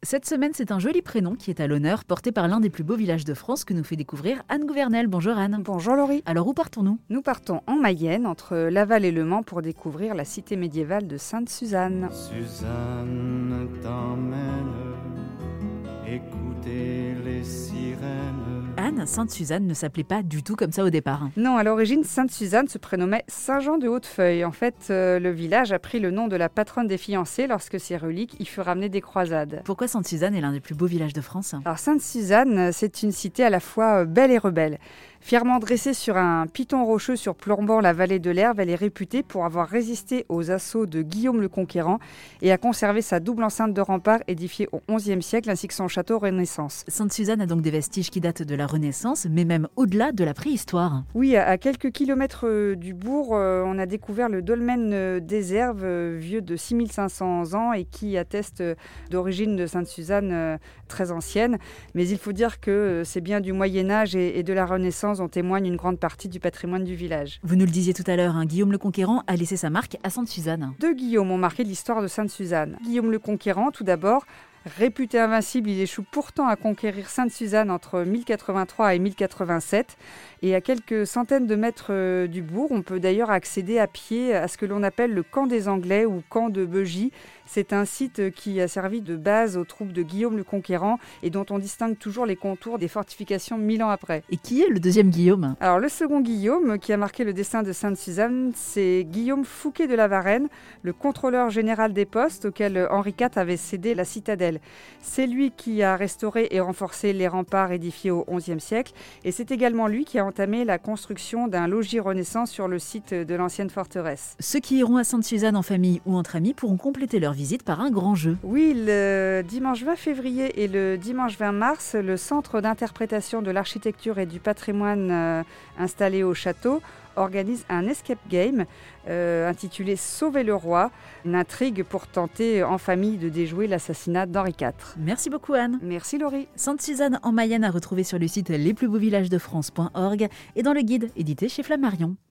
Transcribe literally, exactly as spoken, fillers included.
Cette semaine, c'est un joli prénom qui est à l'honneur, porté par l'un des plus beaux villages de France que nous fait découvrir Anne Gouvernel. Bonjour Anne. Bonjour Laurie. Alors où partons-nous ? Nous partons en Mayenne, entre Laval et Le Mans, pour découvrir la cité médiévale de Sainte-Suzanne. Suzanne t'emmène écouter les sirènes. Anne, Sainte-Suzanne ne s'appelait pas du tout comme ça au départ. Non, à l'origine, Sainte-Suzanne se prénommait Saint-Jean de Hautefeuille. En fait, euh, le village a pris le nom de la patronne des fiancés lorsque ses reliques y furent ramenées des croisades. Pourquoi Sainte-Suzanne est l'un des plus beaux villages de France ? Alors Sainte-Suzanne, c'est une cité à la fois euh, belle et rebelle. Fièrement dressée sur un piton rocheux surplombant la vallée de l'Erve, elle est réputée pour avoir résisté aux assauts de Guillaume le Conquérant et a conservé sa double enceinte de rempart édifiée au onzième siècle ainsi que son château Renaissance. Sainte-Suzanne a donc des vestiges qui datent de la Renaissance, mais même au-delà de la préhistoire. Oui, à quelques kilomètres euh, du bourg, euh, on a découvert le dolmen euh, des Herves, euh, vieux de six mille cinq cents ans et qui atteste euh, d'origine de Sainte-Suzanne euh, très ancienne. Mais il faut dire que euh, c'est bien du Moyen-Âge et, et de la Renaissance dont témoigne une grande partie du patrimoine du village. Vous nous le disiez tout à l'heure, hein, Guillaume le Conquérant a laissé sa marque à Sainte-Suzanne. Deux Guillaume ont marqué l'histoire de Sainte-Suzanne. Guillaume le Conquérant, tout d'abord. Réputé invincible, il échoue pourtant à conquérir Sainte-Suzanne entre mille quatre-vingt-trois et mille quatre-vingt-sept. Et à quelques centaines de mètres du bourg, on peut d'ailleurs accéder à pied à ce que l'on appelle le camp des Anglais ou camp de Beugy. C'est un site qui a servi de base aux troupes de Guillaume le Conquérant et dont on distingue toujours les contours des fortifications mille ans après. Et qui est le deuxième Guillaume ? Alors le second Guillaume qui a marqué le destin de Sainte-Suzanne, c'est Guillaume Fouquet de la Varenne, le contrôleur général des postes auquel Henri quatre avait cédé la citadelle. C'est lui qui a restauré et renforcé les remparts édifiés au onzième siècle et c'est également lui qui a entamé la construction d'un logis Renaissance sur le site de l'ancienne forteresse. Ceux qui iront à Sainte-Suzanne en famille ou entre amis pourront compléter leur visite par un grand jeu. Oui, le dimanche vingt février et le dimanche vingt mars, le Centre d'interprétation de l'architecture et du patrimoine euh, installé au château organise un escape game euh, intitulé Sauver le roi, une intrigue pour tenter en famille de déjouer l'assassinat d'Henri quatre. Merci beaucoup Anne. Merci Laurie. Sainte-Suzanne en Mayenne à retrouver sur le site les plus beaux villages de France point org et dans le guide édité chez Flammarion.